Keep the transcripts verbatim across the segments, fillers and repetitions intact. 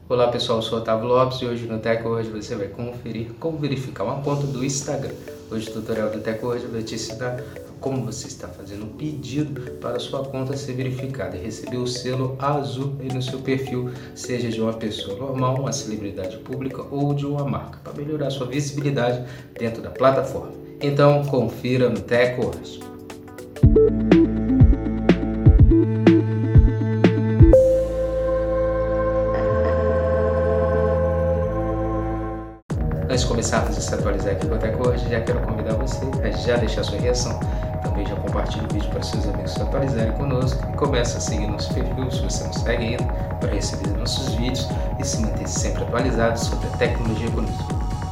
Olá pessoal, eu sou Otávio Lopes e hoje no TecWord você vai conferir como verificar uma conta do Instagram. Hoje o tutorial do TecWord vai te ensinar como você está fazendo um pedido para a sua conta ser verificada e receber o selo azul aí no seu perfil, seja de uma pessoa normal, uma celebridade pública ou de uma marca, para melhorar a sua visibilidade dentro da plataforma. Então confira no TecWord. Antes de começarmos a se atualizar aqui com o TecWord, já quero convidar você a já deixar sua reação. Também já compartilhe o vídeo para seus amigos se atualizarem conosco e comece a seguir nosso perfil se você não segue ainda para receber nossos vídeos e se manter sempre atualizado sobre a tecnologia conosco.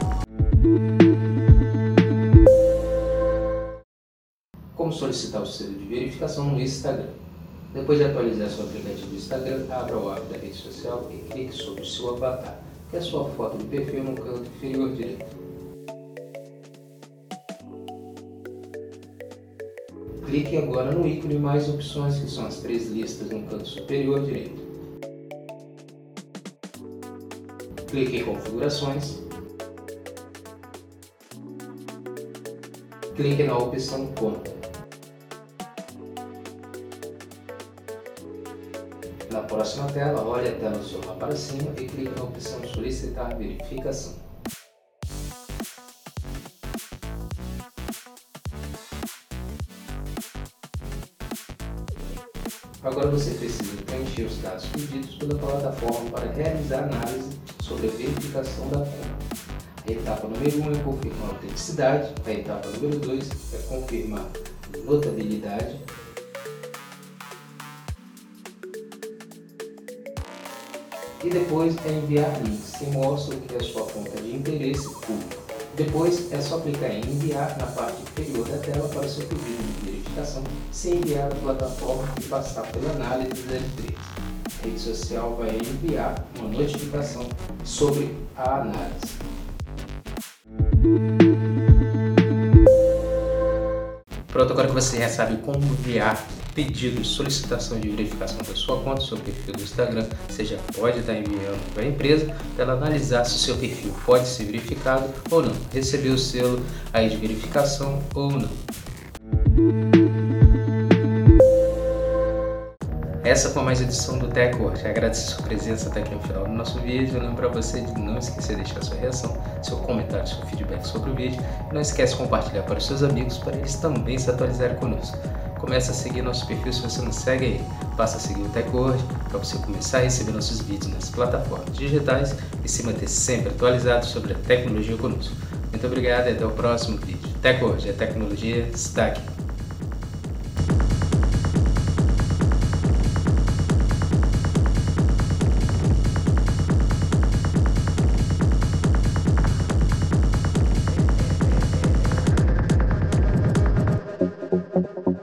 Como solicitar o selo de verificação no Instagram? Depois de atualizar seu aplicativo do Instagram, abra o app da rede social e clique sobre o seu avatar, que é a sua foto do perfil no canto inferior direito. Clique agora no ícone mais opções, que são as três listas no canto superior direito. Clique em configurações. Clique na opção conta. Na próxima tela, olhe a tela do celular para cima e clique na opção solicitar verificação. Agora você precisa preencher os dados pedidos pela plataforma para realizar análise sobre a verificação da conta. A etapa número um é confirmar a autenticidade, a etapa número dois é confirmar a notabilidade, e depois é enviar links que mostram que a sua conta é de interesse público. Depois é só clicar em enviar na parte inferior da tela para seu pedido de verificação ser enviado à plataforma e passar pela análise das L três. A rede social vai enviar uma notificação sobre a análise. Pronto, agora que você já sabe como enviar pedido de solicitação de verificação da sua conta, seu perfil do Instagram, você já pode estar enviando para a empresa para ela analisar se o seu perfil pode ser verificado ou não, receber o selo aí de verificação ou não. Essa foi mais uma edição do TecWord. Agradeço a sua presença até aqui no final do nosso vídeo. Lembro para você de não esquecer de deixar sua reação, seu comentário, seu feedback sobre o vídeo. E não esquece de compartilhar para os seus amigos, para eles também se atualizarem conosco. Comece a seguir nosso perfil se você não segue aí. Passa a seguir o TecWord para você começar a receber nossos vídeos nas plataformas digitais e se manter sempre atualizado sobre a tecnologia conosco. Muito obrigado e até o próximo vídeo. TecWord, a tecnologia está aqui. Thank you.